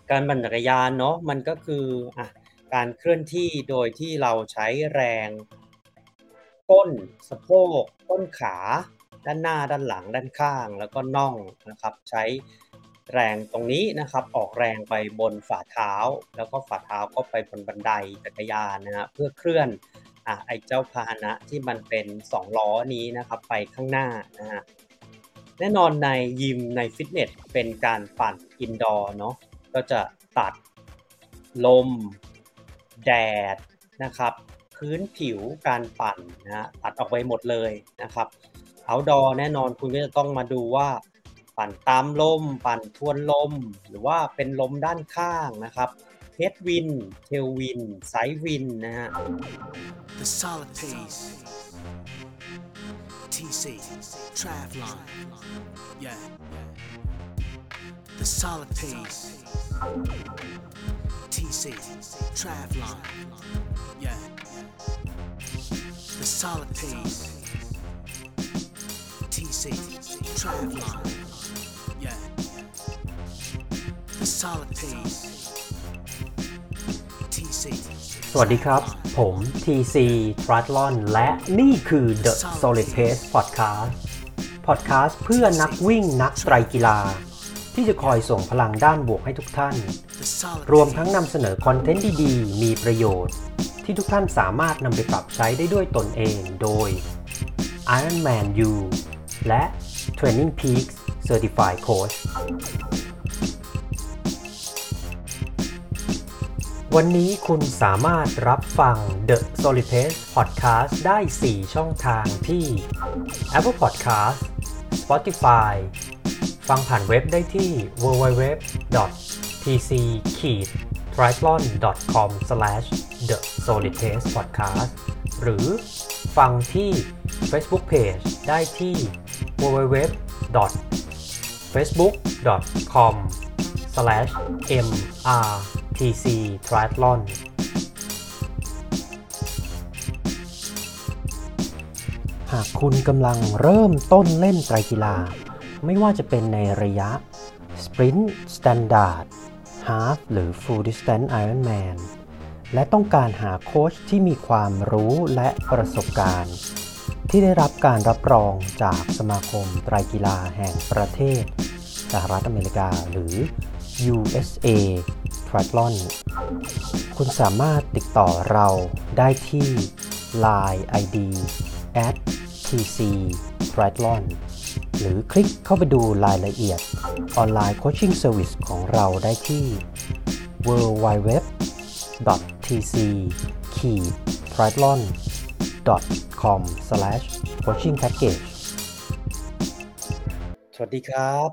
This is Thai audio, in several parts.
การปั่นจักรยานเนาะมันก็คืออะการเคลื่อนที่โดยที่เราใช้แรงก้นสะโพกต้นขาด้านหน้าด้านหลังด้านข้างแล้วก็น่องนะครับใช้แรงตรงนี้นะครับออกแรงไปบนฝ่าเท้าแล้วก็ฝ่าเท้าก็ไปบนบันไดจักรยานนะครับเพื่อเคลื่อนไอ้เจ้าพาหนะที่มันเป็น2ล้อนี้นะครับไปข้างหน้านะครับ แน่นอนในยิมในฟิตเนสเป็นการปั่น indoor เนาะก็จะตัดลมแดดนะครับพื้นผิวการปั่นนะตัดออกไปหมดเลยนะครับ outdoor แน่นอนคุณก็จะต้องมาดูว่าปั่นตามลมปั่นทวนลมหรือว่าเป็นลมด้านข้างนะครับ headwind tailwind side wind นะฮะ The solid pace. TC. Travlon. Yeah. The solid pace. TC. Travlon. Yeah. The solid pace. TC. Travlon. Yeah. The solid pace. TC. สวัสดีครับ ผม TC Triathlon และนี่คือ The Solid Pace Podcast เพื่อนักวิ่งนักไตรกีฬาที่จะคอยส่งพลังด้านบวกให้ทุกท่าน รวมทั้งนำเสนอคอนเทนต์ดีๆ มีประโยชน์ที่ทุกท่านสามารถนำไปปรับใช้ได้ด้วยตนเองโดย Ironman U และ Training Peaks Certified Coachวันนี้คุณสามารถรับฟัง The Solid Pace Podcast ได้ 4 ช่องทางที่ Apple Podcast Spotify ฟังผ่านเว็บได้ที่ www.tc-triathlon.com/thesolidpacepodcast หรือฟังที่ Facebook Page ได้ที่ www.facebook.com/mrTC Triathlon หากคุณกำลังเริ่มต้นเล่นไตรกีฬาไม่ว่าจะเป็นในระยะ Sprint Standard Half หรือ Full Distance Ironman และต้องการหาโค้ชที่มีความรู้และประสบการณ์ที่ได้รับการรับรองจากสมาคมไตรกีฬาแห่งประเทศสหรัฐอเมริกาหรือ USA Triathlon คุณสามารถติดต่อเราได้ที่ Line ID @TC Triathlon หรือคลิกเข้าไปดูรายละเอียดออนไลน์โคชชิ่งเซอร์วิสของเราได้ที่ www.tc-triathlon.com/coachingpackage สวัสดีครับ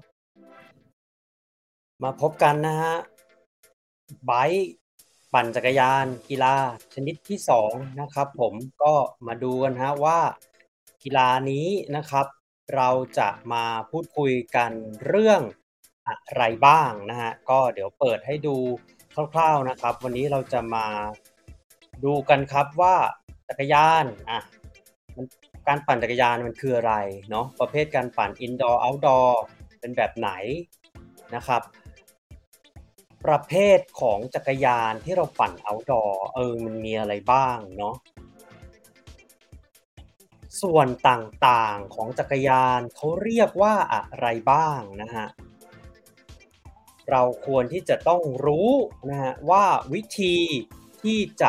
มาพบกันนะฮะไบค์ปั่นจักรยานกีฬาชนิดที่2นะครับผมก็มาดูกันฮะว่ากีฬานี้นะครับเราจะมาพูดคุยกันเรื่องอะไรบ้างนะฮะก็เดี๋ยวเปิดให้ดูคร่าวๆนะครับวันนี้เราจะมาดูกันครับว่าจักรยานมันการปั่นจักรยานมันคืออะไรเนาะประเภทการปั่น indoor outdoor เป็นแบบไหนนะครับประเภทของจักรยานที่เราปั่น outdoor มันมีอะไรบ้างเนาะส่วนต่างๆของจักรยานเขาเรียกว่าอะไรบ้างนะฮะเราควรที่จะต้องรู้นะฮะว่าวิธีที่จะ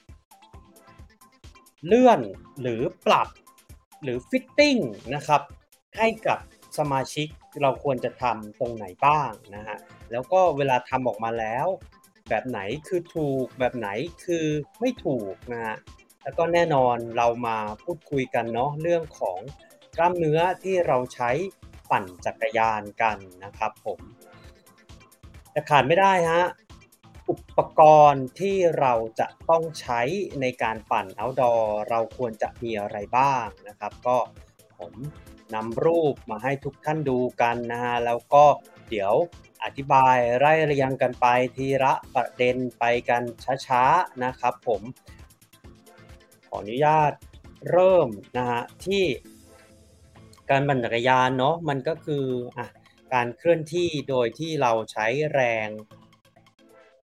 เลื่อนหรือปรับหรือฟิตติ้งนะครับให้กับสมาชิกเราควรจะทำตรงไหนบ้างนะฮะแล้วก็เวลาทำออกมาแล้วแบบไหนคือถูกแบบไหนคือไม่ถูกนะฮะแล้วก็แน่นอนเรามาพูดคุยกันเนาะเรื่องของกล้ามเนื้อที่เราใช้ปั่นจักรยานกันนะครับผมแต่ขาดไม่ได้ฮะอุปกรณ์ที่เราจะต้องใช้ในการปั่น outdoor เราควรจะมีอะไรบ้างนะครับก็ผมนำรูปมาให้ทุกท่านดูกันนะฮะแล้วก็เดี๋ยวอธิบายไล่เรียงกันไปทีละประเด็นไปกันช้าๆนะครับผมขออนุญาตเริ่มนะฮะที่การปั่นจักรยานเนาะมันก็คือการเคลื่อนที่โดยที่เราใช้แรง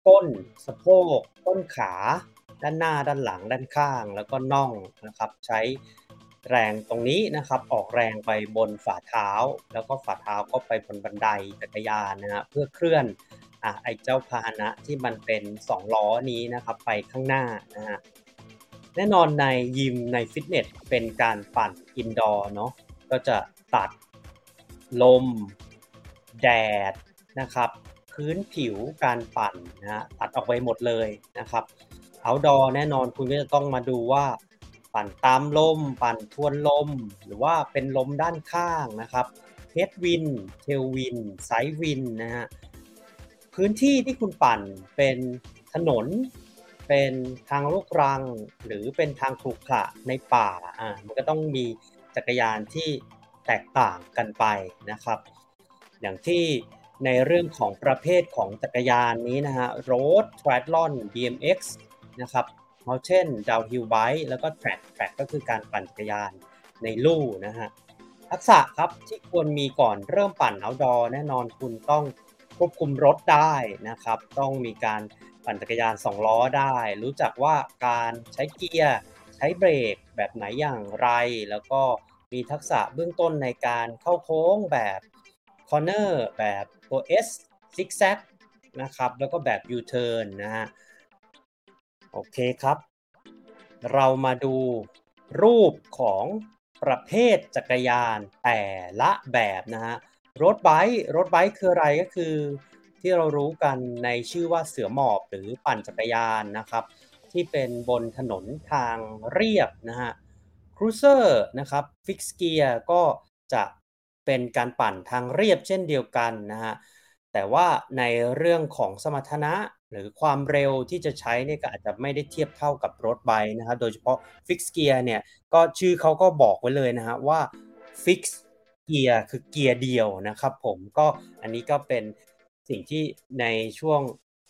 ก้นสะโพกต้นขาด้านหน้าด้านหลังด้านข้างแล้วก็น่องนะครับใช้แรงตรงนี้นะครับออกแรงไปบนฝ่าเท้าแล้วก็ฝ่าเท้าก็ไปบนบันไดจักรยานนะฮะเพื่อเคลื่อนไอ้เจ้าพาหนะที่มันเป็น2ล้อนี้นะครับไปข้างหน้านะฮะแน่นอนในยิมในฟิตเนสเป็นการปั่นอินดอร์เนาะก็จะตัดลมแดดนะครับพื้นผิวการปั่นนะฮะตัดออกไปหมดเลยนะครับ outdoor แน่นอนคุณก็จะต้องมาดูว่าปั่นตามลมปั่นทวนลมหรือว่าเป็นลมด้านข้างนะครับ head wind tail wind side wind นะฮะพื้นที่ที่คุณปั่นเป็นถนนเป็นทางลูกรังหรือเป็นทางขรุขระในป่ามันก็ต้องมีจักรยานที่แตกต่างกันไปนะครับอย่างที่ในเรื่องของประเภทของจักรยานนี้นะฮะ Road Triathlon BMX นะครับ Mountain Downhill Bike แล้วก็ Track ก็คือการปั่นจักรยานในลู่นะฮะทักษะครับที่ควรมีก่อนเริ่มปั่น outdoor แน่นอนคุณต้องควบคุมรถได้นะครับต้องมีการปั่นจักรยาน2ล้อได้รู้จักว่าการใช้เกียร์ใช้เบรกแบบไหนอย่างไรแล้วก็มีทักษะเบื้องต้นในการเข้าโค้งแบบcorner แบบตัว S zigzag นะครับแล้วก็แบบ U-turn นะฮะโอเคครับเรามาดูรูปของประเภทจักรยานแต่ละแบบนะฮะรถไบค์คืออะไรก็คือที่เรารู้กันในชื่อว่าเสือหมอบหรือปั่นจักรยานนะครับที่เป็นบนถนนทางเรียบนะฮะ Cruiser นะครับ Fixed Gear ก็จะเป็นการปั่นทางเรียบเช่นเดียวกันนะฮะแต่ว่าในเรื่องของสมรรถนะหรือความเร็วที่จะใช้เนี่ยก็อาจจะไม่ได้เทียบเท่ากับรถไบค์นะครับโดยเฉพาะ Fixed Gear เนี่ยก็ชื่อเขาก็บอกไว้เลยนะฮะว่า Fixed Gear คือเกียร์เดียวนะครับผมก็อันนี้ก็เป็นสิ่งที่ในช่วง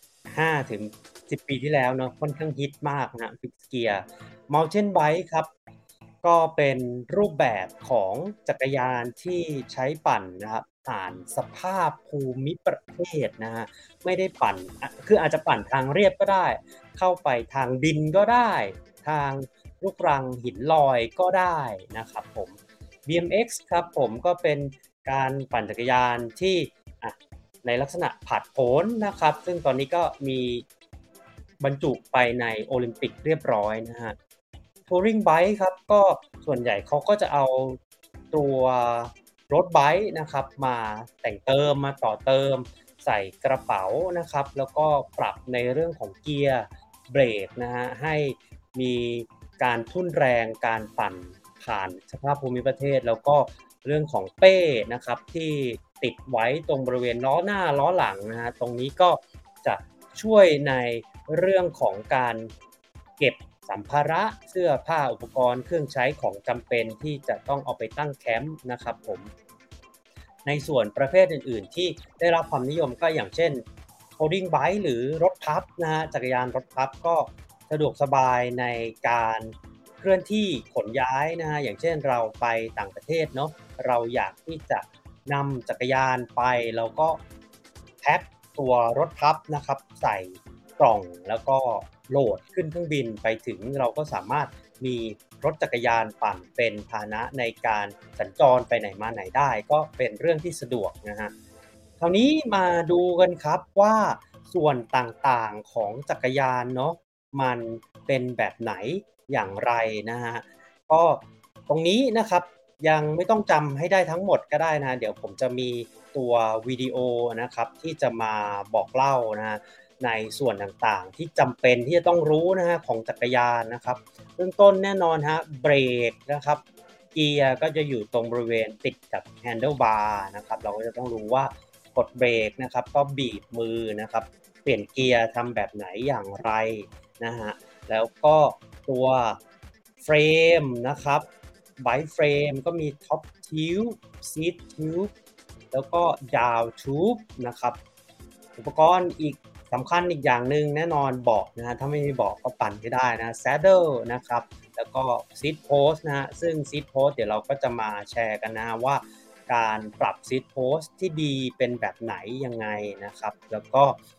5-10 ปีที่แล้วเนาะค่อนข้างฮิตมากนะ Fixed Gear Mountain Bike ครับก็เป็นรูปแบบของจักรยานที่ใช้ปั่นนะครับผ่านสภาพภูมิประเทศนะฮะไม่ได้ปั่นคืออาจจะปั่นทางเรียบก็ได้เข้าไปทางดินก็ได้ทางลูกรังหินลอยก็ได้นะครับผม BMX ครับผมก็เป็นการปั่นจักรยานที่ในลักษณะผาดโผนนะครับซึ่งตอนนี้ก็มีบรรจุไปในโอลิมปิกเรียบร้อยนะฮะ Touring Bike ครับก็ส่วนใหญ่เขาก็จะเอาตัวรถไบค์นะครับมาแต่งเติมมาต่อเติมใส่กระเป๋านะครับแล้วก็ปรับในเรื่องของเกียร์เบรกนะฮะให้มีการทุ่นแรงการปั่นผ่านสภาพภูมิประเทศแล้วก็เรื่องของเป้นะครับที่ติดไว้ตรงบริเวณล้อหน้าล้อหลังนะฮะตรงนี้ก็จะช่วยในเรื่องของการเก็บสัมภาระเสื้อผ้าอุปกรณ์เครื่องใช้ของจำเป็นที่จะต้องเอาไปตั้งแคมป์นะครับผมในส่วนประเภทอื่นๆที่ได้รับความนิยมก็อย่างเช่น Folding Bike หรือรถพับนะฮะจักรยานรถพับก็สะดวกสบายในการเคลื่อนที่ขนย้ายนะฮะอย่างเช่นเราไปต่างประเทศเนาะเราอยากที่จะนำจักรยานไปแล้วก็แพ็คตัวรถพับนะครับใส่กล่องแล้วก็โหลดขึ้นเครื่องบินไปถึงเราก็สามารถมีรถจักรยานปั่นเป็นพาหนะในการสัญจรไปไหนมาไหนได้ก็เป็นเรื่องที่สะดวกนะฮะคราวนี้มาดูกันครับว่าส่วนต่างๆของจักรยานเนาะมันเป็นแบบไหนอย่างไรนะฮะก็ตรงนี้นะครับยังไม่ต้องจำให้ได้ทั้งหมดก็ได้นะเดี๋ยวผมจะมีตัววิดีโอนะครับที่จะมาบอกเล่านะฮะในส่วนต่างๆที่จำเป็นที่จะต้องรู้นะฮะของจักรยานนะครับเบื้องต้นแน่นอนฮะเบรกนะครับเกียร์ก็จะอยู่ตรงบริเวณติดกับ handlebar นะครับเราก็จะต้องรู้ว่ากดเบรกนะครับก็บีบมือนะครับเปลี่ยนเกียร์ทำแบบไหนอย่างไรนะฮะแล้วก็ตัวเฟรมนะครับไบค์เฟรมก็มี top tube seat tube แล้วก็ down tube นะครับอุปกรณ์อีกสำคัญอีกอย่างหนึ่งแน่นอนเบาะนะฮะถ้าไม่มีเบาะก็ปั่นไม่ได้นะ saddle นะครับแล้วก็ seat post นะฮะซึ่ง seat post เดี๋ยวเราก็จะมาแชร์กันนะว่าการปรับ seat post ที่ดีเป็นแบบไหนยังไงนะครับแล้วก็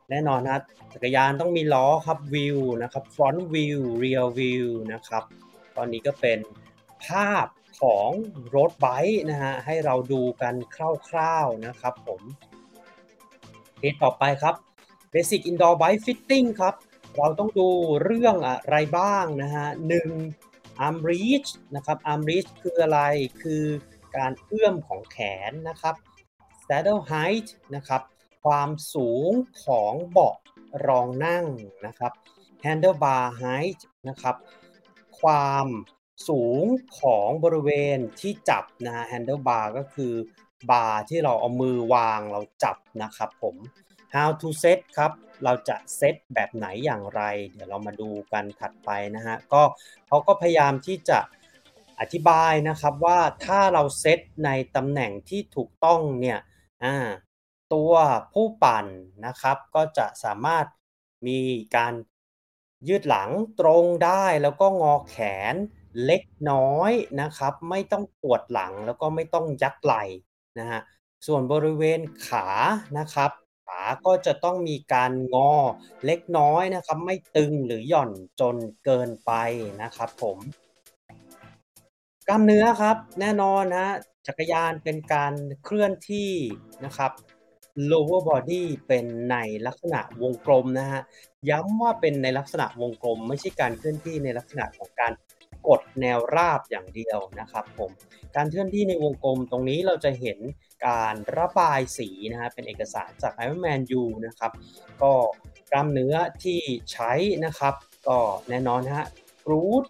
แน่นอนนะจักรยานต้องมีล้อครับวิวนะครับ front view rear view นะครับตอนนี้ก็เป็นภาพของ road bike นะฮะให้เราดูกันคร่าวๆนะครับผมต่อไปครับ Basic Indoor Bike Fitting ครับเราต้องดูเรื่องอะไรบ้างนะฮะ1 Arm Reach นะครับ Arm Reach คืออะไรคือการเอื้อมของแขนนะครับ Saddle Height นะครับความสูงของเบาะรองนั่งนะครับ Handlebar Height นะครับความสูงของบริเวณที่จับนะฮะ Handlebar ก็คือบาร์ที่เราเอามือวางเราจับนะครับผม How to set ครับเราจะเซตแบบไหนอย่างไรเดี๋ยวเรามาดูกันถัดไปนะฮะก็เขาก็พยายามที่จะอธิบายนะครับว่าถ้าเราเซตในตำแหน่งที่ถูกต้องเนี่ยตัวผู้ปั่นนะครับก็จะสามารถมีการยืดหลังตรงได้แล้วก็งอแขนเล็กน้อยนะครับไม่ต้องปวดหลังแล้วก็ไม่ต้องยักไหล่นะฮะส่วนบริเวณขานะครับขาก็จะต้องมีการงอเล็กน้อยนะครับไม่ตึงหรือหย่อนจนเกินไปนะครับผม กล้ามเนื้อครับแน่นอนครับจักรยานเป็นการเคลื่อนที่นะครับ lower body เป็นในลักษณะวงกลมนะครับย้ำว่าเป็นในลักษณะวงกลมไม่ใช่การเคลื่อนที่ในลักษณะของการกดแนวราบอย่างเดียวนะครับผมการเคลื่อนที่ในวงกลมตรงนี้เราจะเห็นการระบายสีนะครับเป็นเอกสารจาก Iron Man U นะครับก็กล้ามเนื้อที่ใช้นะครับก็แน่นอนครับ glute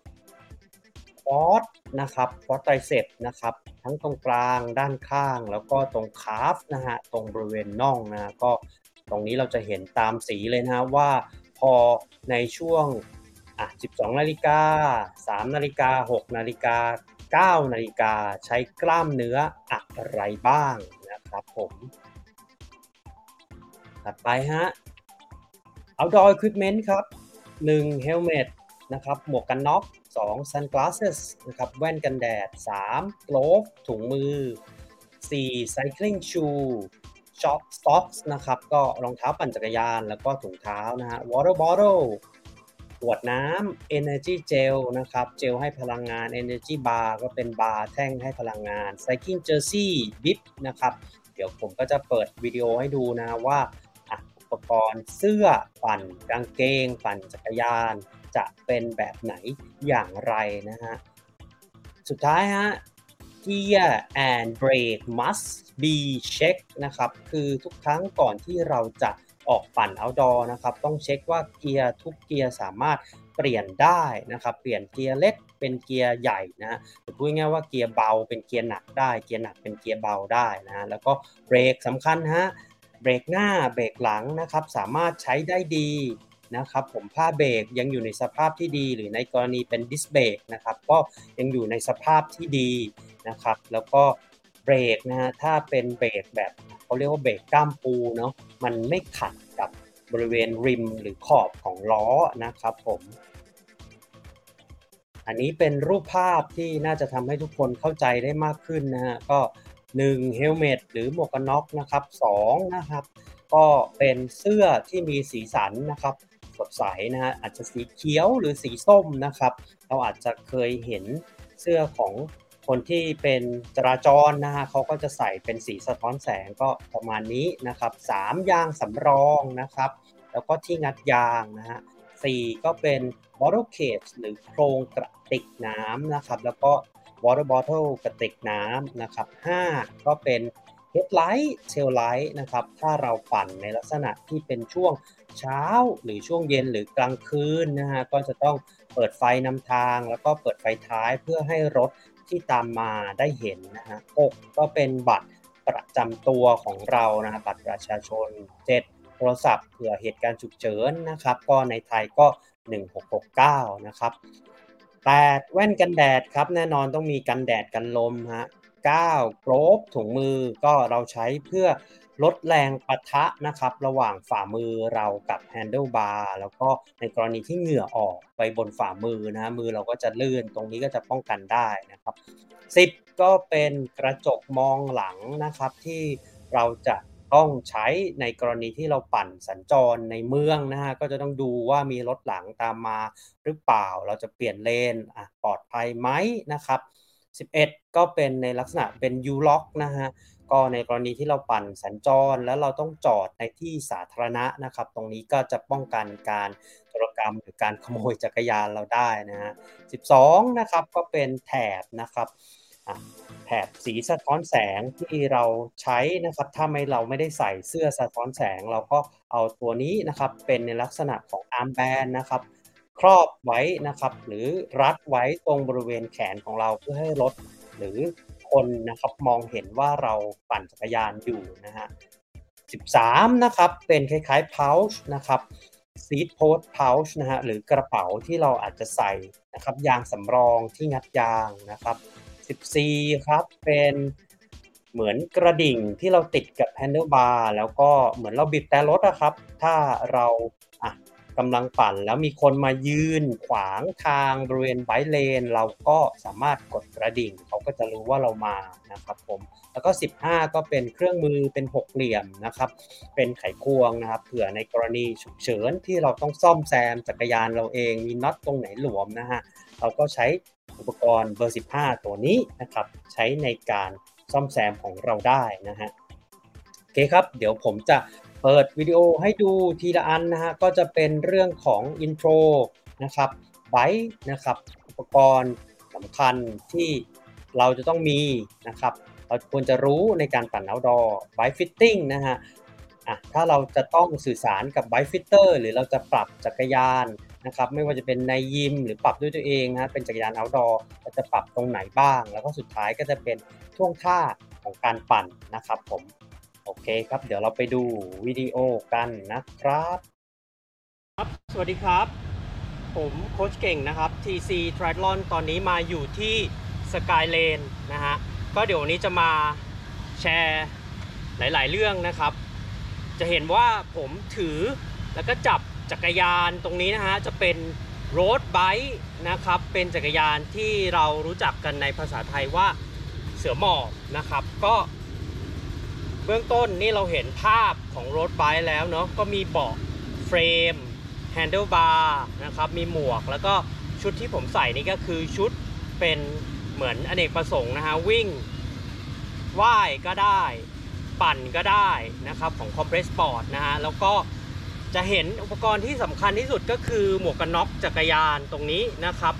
quad นะครับ quad tricep นะครับทั้งตรงกลางด้านข้างแล้วก็ตรง calf นะฮะตรงบริเวณน่องนะก็ตรงนี้เราจะเห็นตามสีเลยนะว่าพอในช่วง12นาฬิกา3นาฬิกา6นาฬิกา9นาฬิกาใช้กล้ามเนื้ออะไรบ้างนะครับผมถัดไปฮะ Outdoor Equipment ครับ1 Helmet นะครับหมวกกันน็อก2 Sunglasses นะครับแว่นกันแดด3 Glove ถุงมือ4 Cycling Shoe Socks นะครับก็รองเท้าปั่นจักรยานแล้วก็ถุงเท้านะฮะ Water Bottle ขวดน้ำ Energy Gel นะครับเจลให้พลังงาน Energy Bar ก็เป็นบาร์แท่งให้พลังงาน Cycling Jersey Bib นะครับเดี๋ยวผมก็จะเปิดวิดีโอให้ดูนะว่าอุปกรณ์เสื้อปั่นกางเกงปั่นจักรยานจะเป็นแบบไหนอย่างไรนะฮะสุดท้ายฮะ Gear and brake must be checked นะครับคือทุกครั้งก่อนที่เราจะออกปั่น outdoor นะครับต้องเช็คว่าเกียร์ทุกเกียร์สามารถเปลี่ยนได้นะครับเปลี่ยนเกียร์เล็กเป็นเกียร์ใหญ่นะหรือพูดง่ายๆว่าเกียร์เบาเป็นเกียร์หนักได้เกียร์หนักเป็นเกียร์เบาได้นะแล้วก็เบรกสำคัญฮะเบรกหน้าเบรกหลังนะครับสามารถใช้ได้ดีนะครับผมผ้าเบรกยังอยู่ในสภาพที่ดีหรือในกรณีเป็นดิสเบรกนะครับก็ยังอยู่ในสภาพที่ดีนะครับแล้วก็เบรกนะฮะถ้าเป็นเบรกแบบเขาเรียกว่าเบรกก้ามปูเนาะมันไม่ขัดกับบริเวณริมหรือขอบของล้อนะครับผมอันนี้เป็นรูปภาพที่น่าจะทำให้ทุกคนเข้าใจได้มากขึ้นนะฮะก็1 Helmet หรือหมวกกันน็อกนะครับ2นะครับก็เป็นเสื้อที่มีสีสันนะครับสดใสนะฮะอาจจะสีเขียวหรือสีส้มนะครับเราอาจจะเคยเห็นเสื้อของคนที่เป็นจราจรนะฮะเขาก็จะใส่เป็นสีสะท้อนแสงก็ประมาณนี้นะครับ3ยางสำรองนะครับแล้วก็ที่งัดยางนะฮะ4ก็เป็น bottle cage หรือโครงกระติกน้ำนะครับแล้วก็ water bottle กระติกน้ำนะครับ5ก็เป็น headlight tail light นะครับถ้าเราปั่นในลักษณะที่เป็นช่วงเช้าหรือช่วงเย็นหรือกลางคืนนะฮะก็จะต้องเปิดไฟนำทางแล้วก็เปิดไฟท้ายเพื่อให้รถที่ตามมาได้เห็นนะฮะ6ก็เป็นบัตรประจำตัวของเรานะฮะบัตรประชาชน7โทรศัพท์เผื่อเหตุการณ์ฉุกเฉินนะครับก็ในไทยก็1669นะครับ8แว่นกันแดดครับแน่นอนต้องมีกันแดดกันลมฮะ9 Glove ถุงมือก็เราใช้เพื่อลดแรงปะทะนะครับระหว่างฝ่ามือเรากับ handlebar แล้วก็ในกรณีที่เหงื่อออกไปบนฝ่ามือนะมือเราก็จะลื่นตรงนี้ก็จะป้องกันได้นะครับ10ก็เป็นกระจกมองหลังนะครับที่เราจะต้องใช้ในกรณีที่เราปั่นสัญจรในเมืองนะฮะก็จะต้องดูว่ามีรถหลังตามมาหรือเปล่าเราจะเปลี่ยนเลนปลอดภัยไหมนะครับ11ก็เป็นในลักษณะเป็น U-Lock นะฮะก็ในกรณีที่เราปั่นสัญจรแล้วเราต้องจอดในที่สาธารณะนะครับตรงนี้ก็จะป้องกันการโจรกรรมหรือการขโมยจักรยานเราได้นะฮะ12นะครับก็เป็นแถบนะครับแถบสีสะท้อนแสงที่เราใช้นะครับถ้าเราไม่ได้ใส่เสื้อสะท้อนแสงเราก็เอาตัวนี้นะครับเป็นในลักษณะของ armband นะครับครอบไว้นะครับหรือรัดไว้ตรงบริเวณแขนของเราเพื่อให้รถหรือคนนะครับมองเห็นว่าเราปั่นจักรยานอยู่นะฮะ13นะครับเป็นคล้ายๆ pouch นะครับ seat post pouch นะฮะหรือกระเป๋าที่เราอาจจะใส่นะครับยางสำรองที่งัดยางนะครับ14ครับเป็นเหมือนกระดิ่งที่เราติดกับ handlebar แล้วก็เหมือนเราบีบแตรรถอะครับถ้าเรากำลังปั่นแล้วมีคนมายืนขวางทางบริเวณ bike lane เราก็สามารถกดกระดิ่งเขาก็จะรู้ว่าเรามานะครับผมแล้วก็15ก็เป็นเครื่องมือเป็นหกเหลี่ยมนะครับเป็นไขควงนะครับเผื่อในกรณีฉุกเฉินที่เราต้องซ่อมแซมจักรยานเราเองมีน็อตตรงไหนหลวมนะฮะเราก็ใช้อุปกรณ์เบอร์15ตัวนี้นะครับใช้ในการซ่อมแซมของเราได้นะฮะโอเคครับเดี๋ยวผมจะเปิดวิดีโอให้ดูทีละอันนะฮะก็จะเป็นเรื่องของอินโทรนะครับไบค์นะครับอุปกรณ์สำคัญที่เราจะต้องมีนะครับเราควรจะรู้ในการปั่น outdoor bike fitting นะฮะถ้าเราจะต้องสื่อสารกับ bike fitter หรือเราจะปรับจักรยานนะครับไม่ว่าจะเป็นในยิมหรือปรับด้วยตัวเองนะเป็นจักรยาน outdoor เราจะปรับตรงไหนบ้างแล้วก็สุดท้ายก็จะเป็นท่วงท่าของการปั่นนะครับผมโอเคครับเดี๋ยวเราไปดูวิดีโอกันนะครับสวัสดีครับผมโค้ชเก่งนะครับ TC Triathlon ตอนนี้มาอยู่ที่ Sky Lane นะฮะก็เดี๋ยววันนี้จะมาแชร์หลายๆเรื่องนะครับจะเห็นว่าผมถือแล้วก็จับจักรยานตรงนี้นะฮะจะเป็น Road Bike นะครับเป็นจักรยานที่เรารู้จักกันในภาษาไทยว่าเสือหมอบนะครับก็เบื้องต้นนี่เราเห็นภาพของ Road Bike แล้วเนาะก็มีเบาะเฟรม Handlebar นะครับมีหมวกแล้วก็ชุดที่ผมใส่นี่ก็คือชุดเป็นเหมือนอเนกประสงค์นะฮะวิ่งว่ายก็ได้ปั่นก็ได้นะครับของ Compress Sport นะฮะแล้วก็จะเห็นอุปกรณ์ที่สำคัญที่สุดก็คือหมวกกันน็อกจักรยานตรงนี้นะครับ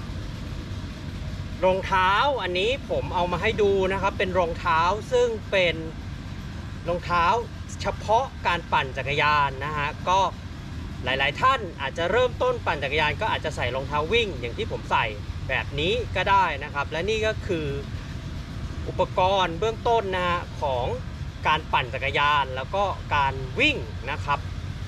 รองเท้าอันนี้ผมเอามาให้ดูนะครับเป็นรองเท้าซึ่งเป็นรองเท้าเฉพาะการปั่นจักรยานนะฮะก็หลายๆท่านอาจจะเริ่มต้นปั่นจักรยานก็อาจจะใส่รองเท้าวิ่งอย่างที่ผมใส่แบบนี้ก็ได้นะครับและนี่ก็คืออุปกรณ์เบื้องต้นนะฮะของการปั่นจักรยานแล้วก็การวิ่งนะครับ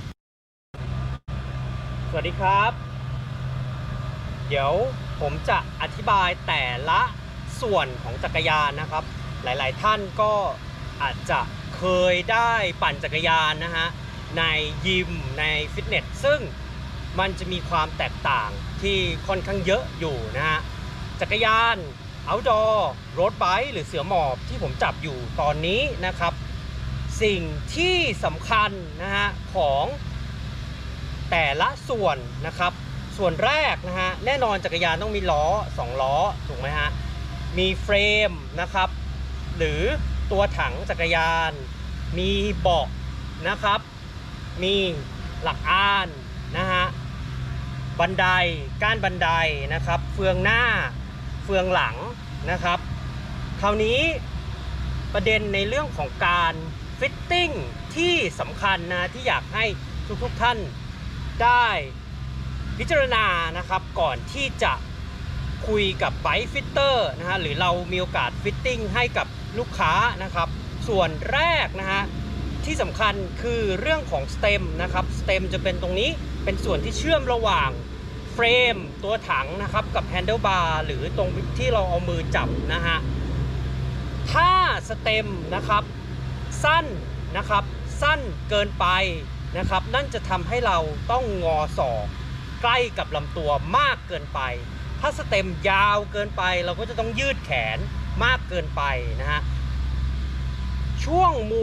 สวัสดีครับเดี๋ยวผมจะอธิบายแต่ละส่วนของจักรยานนะครับหลายๆท่านก็อาจจะเคยได้ปั่นจักรยานนะฮะในยิมในฟิตเนสซึ่งมันจะมีความแตกต่างที่ค่อนข้างเยอะอยู่นะฮะจักรยาน outdoor road bike หรือเสือหมอบที่ผมจับอยู่ตอนนี้นะครับสิ่งที่สำคัญนะฮะของแต่ละส่วนนะครับส่วนแรกนะฮะแน่นอนจักรยานต้องมีล้อ2ล้อถูกไหมฮะมีเฟรมนะครับหรือตัวถังจักรยานมีเบาะนะครับมีหลักอานนะฮะบันไดก้านบันไดนะครับเฟืองหน้าเฟืองหลังนะครับคราวนี้ประเด็นในเรื่องของการฟิตติ้งที่สำคัญนะที่อยากให้ทุกท่านได้พิจารณานะครับก่อนที่จะคุยกับไบค์ฟิตเตอร์นะฮะหรือเรามีโอกาสฟิตติ้งให้กับลูกค้านะครับส่วนแรกนะฮะที่สำคัญคือเรื่องของสเต็มนะครับสเต็มจะเป็นตรงนี้เป็นส่วนที่เชื่อมระหว่างเฟรมตัวถังนะครับกับแฮนเดิลบาร์หรือตรงที่เราเอามือจับนะฮะถ้าสเต็มนะครับสั้นนะครับสั้นเกินไปนะครับนั่นจะทำให้เราต้องงอศอกใกล้กับลำตัวมากเกินไปถ้าสเต็มยาวเกินไปเราก็จะต้องยืดแขนมากเกินไปนะฮะช่วงมุม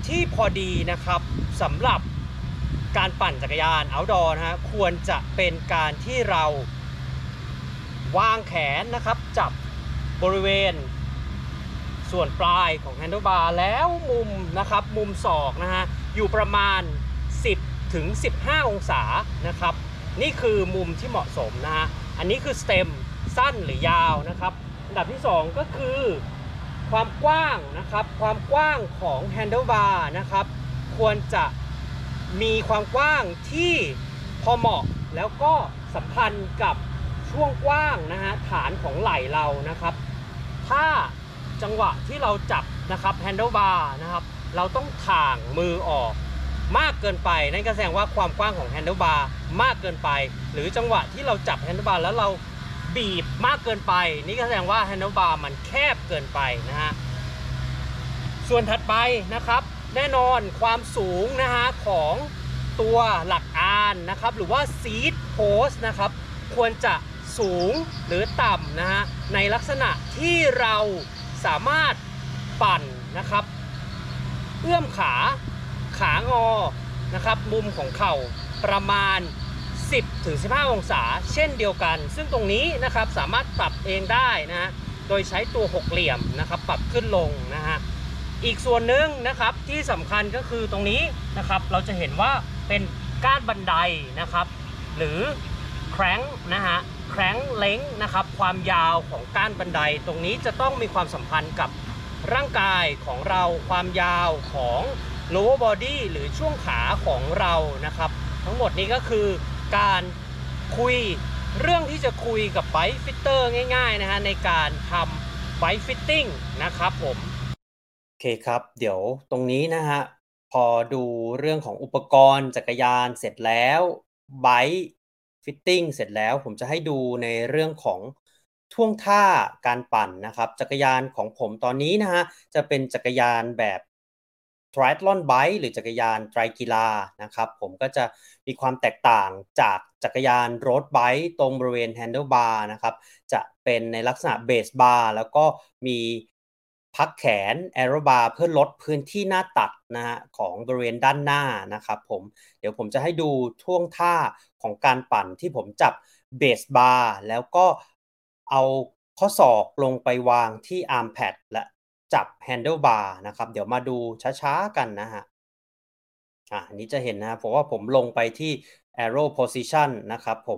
ที่พอดีนะครับสำหรับการปั่นจักรยาน outdoor นะฮะควรจะเป็นการที่เราวางแขนนะครับจับบริเวณส่วนปลายของ handlebar แล้วมุมนะครับมุมศอกนะฮะอยู่ประมาณ10 ถึง 15 องศานะครับนี่คือมุมที่เหมาะสมนะฮะอันนี้คือสเต็มสั้นหรือยาวนะครับอันดับที่2ก็คือความกว้างนะครับความกว้างของ handlebar นะครับควรจะมีความกว้างที่พอเหมาะแล้วก็สัมพันธ์กับช่วงกว้างนะฮะฐานของไหล่เรานะครับถ้าจังหวะที่เราจับนะครับ handlebar นะครับเราต้องถ่างมือออกมากเกินไปนั่นก็แสดงว่าความกว้างของ handlebar มากเกินไปหรือจังหวะที่เราจับ handlebar แล้วเราบีบมากเกินไปนี่ก็แสดงว่า handlebar มันแคบเกินไปนะฮะส่วนถัดไปนะครับแน่นอนความสูงนะฮะของตัวหลักอานนะครับหรือว่า seat post นะครับควรจะสูงหรือต่ำนะฮะในลักษณะที่เราสามารถปั่นนะครับเอื้อมขางอนะครับมุมของเข่าประมาณ10 ถึง 15 องศาเช่นเดียวกันซึ่งตรงนี้นะครับสามารถปรับเองได้นะฮะโดยใช้ตัวหกเหลี่ยมนะครับปรับขึ้นลงนะฮะอีกส่วนหนึ่งนะครับที่สำคัญก็คือตรงนี้นะครับเราจะเห็นว่าเป็นก้านบันไดนะครับหรือแคร้งนะฮะแคร้งเล้งนะครับความยาวของก้านบันไดตรงนี้จะต้องมีความสัมพันธ์กับร่างกายของเราความยาวของ lower body หรือช่วงขาของเรานะครับทั้งหมดนี้ก็คือการคุยเรื่องที่จะคุยกับไบค์ฟิตเตอร์ง่ายๆนะฮะในการทำไบค์ฟิตติ้งนะครับผมโอเคครับเดี๋ยวตรงนี้นะฮะพอดูเรื่องของอุปกรณ์จักรยานเสร็จแล้วไบค์ฟิตติ้งเสร็จแล้วผมจะให้ดูในเรื่องของท่วงท่าการปั่นนะครับจักรยานของผมตอนนี้นะฮะจะเป็นจักรยานแบบ Triathlon Bike หรือจักรยานไตรกีฬานะครับผมก็จะมีความแตกต่างจากจักรยาน Road Bike ตรงบริเวณ Handlebar นะครับจะเป็นในลักษณะ Base Bar แล้วก็มีพักแขน Aero Bar เพื่อลดพื้นที่หน้าตัดนะฮะของบริเวณด้านหน้านะครับผมเดี๋ยวผมจะให้ดูท่วงท่าของการปั่นที่ผมจับ Base Bar แล้วก็เอาข้อศอกลงไปวางที่ Arm Pad และจับ handlebar นะครับเดี๋ยวมาดูช้าๆกันนะฮะอันนี้จะเห็นนะเพราะว่าผมลงไปที่ arrow position นะครับผม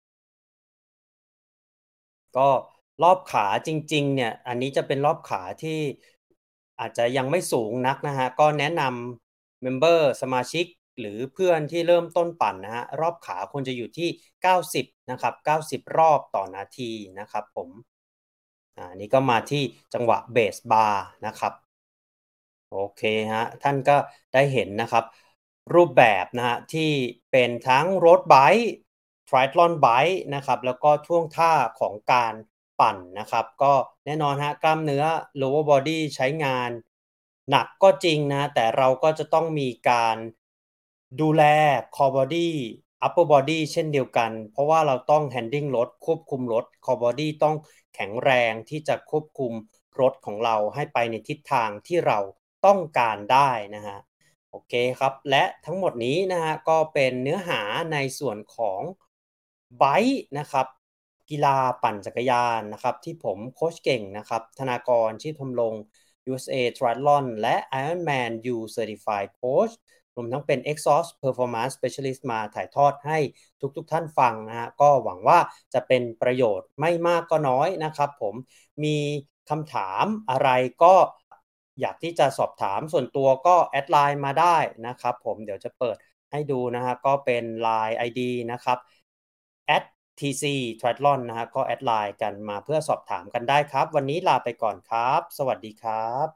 ก็รอบขาจริงๆเนี่ยอันนี้จะเป็นรอบขาที่อาจจะยังไม่สูงนักนะฮะก็แนะนำเมมเบอร์สมาชิกหรือเพื่อนที่เริ่มต้นปั่นนะฮะรอบขาควรจะอยู่ที่90นะครับ90รอบต่อนาทีนะครับผมอันนี้ก็มาที่จังหวะเบสบาร์นะครับโอเคฮะท่านก็ได้เห็นนะครับรูปแบบนะฮะที่เป็นทั้ง Road Bike Triathlon Bike นะครับแล้วก็ท่วงท่าของการปั่นนะครับก็แน่นอนฮะกล้ามเนื้อ lower body ใช้งานหนักก็จริงนะแต่เราก็จะต้องมีการดูแล core body upper body เช่นเดียวกันเพราะว่าเราต้อง handling รถควบคุมรถ core body ต้องแข็งแรงที่จะควบคุมรถของเราให้ไปในทิศทางที่เราต้องการได้นะฮะโอเคครับและทั้งหมดนี้นะฮะก็เป็นเนื้อหาในส่วนของไบค์นะครับกีฬาปั่นจักรยานนะครับที่ผมโค้ชเก่งนะครับธนากรชีพทำรง USA Triathlon และ Ironman U Certified Coach รวมทั้งเป็น Exhaust Performance Specialist มาถ่ายทอดให้ทุกท่านฟังนะฮะก็หวังว่าจะเป็นประโยชน์ไม่มากก็น้อยนะครับผมมีคำถามอะไรก็อยากที่จะสอบถามส่วนตัวก็แอดไลน์มาได้นะครับผมเดี๋ยวจะเปิดให้ดูนะฮะก็เป็น LINE ID นะครับ @TC Triathlon นะฮะก็แอดไลน์กันมาเพื่อสอบถามกันได้ครับวันนี้ลาไปก่อนครับสวัสดีครับ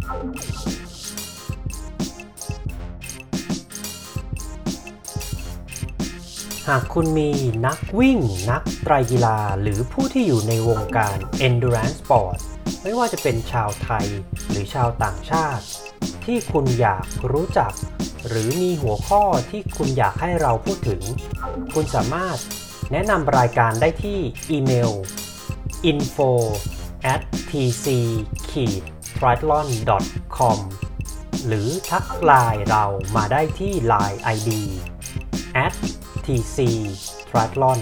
หากคุณมีนักวิ่งนักไตรกีฬาหรือผู้ที่อยู่ในวงการ Endurance Sport ไม่ว่าจะเป็นชาวไทยหรือชาวต่างชาติที่คุณอยากรู้จักหรือมีหัวข้อที่คุณอยากให้เราพูดถึงคุณสามารถแนะนำรายการได้ที่อีเมล info@tc-triathlon.com หรือทักไลน์เรามาได้ที่ Line ID @tctriathlon